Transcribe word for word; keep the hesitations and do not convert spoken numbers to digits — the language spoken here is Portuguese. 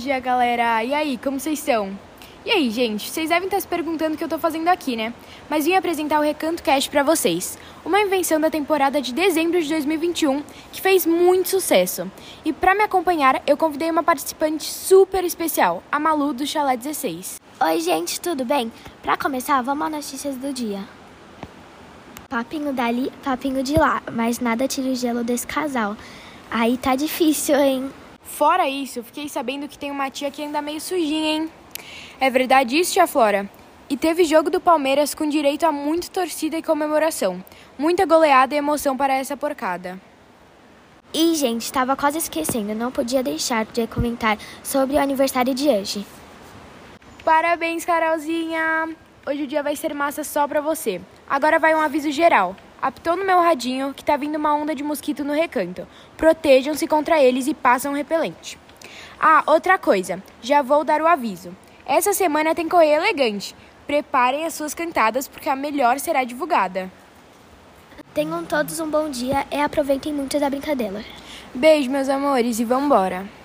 dia, galera! E aí, como vocês estão? E aí, gente, vocês devem estar se perguntando o que eu tô fazendo aqui, né? Mas vim apresentar o Recanto Cast pra vocês. Uma invenção da temporada de dezembro de dois mil e vinte e um que fez muito sucesso. E pra me acompanhar, eu convidei uma participante super especial, a Malu do Chalé dezesseis. Oi, gente, tudo bem? Pra começar, vamos às notícias do dia. Papinho dali, papinho de lá, mas nada tira o gelo desse casal. Aí tá difícil, hein? Fora isso, eu fiquei sabendo que tem uma tia que anda meio sujinha, hein? É verdade isso, tia Flora? E teve jogo do Palmeiras com direito a muita torcida e comemoração. Muita goleada e emoção para essa porcada. E, gente, tava quase esquecendo, não podia deixar de comentar sobre o aniversário de hoje. Parabéns, Carolzinha! Hoje o dia vai ser massa só pra você. Agora vai um aviso geral. Apitou no meu radinho que tá vindo uma onda de mosquito no recanto. Protejam-se contra eles e passam repelente. Ah, outra coisa. Já vou dar o aviso. Essa semana tem Correio Elegante. Preparem as suas cantadas porque a melhor será divulgada. Tenham todos um bom dia e aproveitem muito da brincadeira. Beijo, meus amores, e vambora!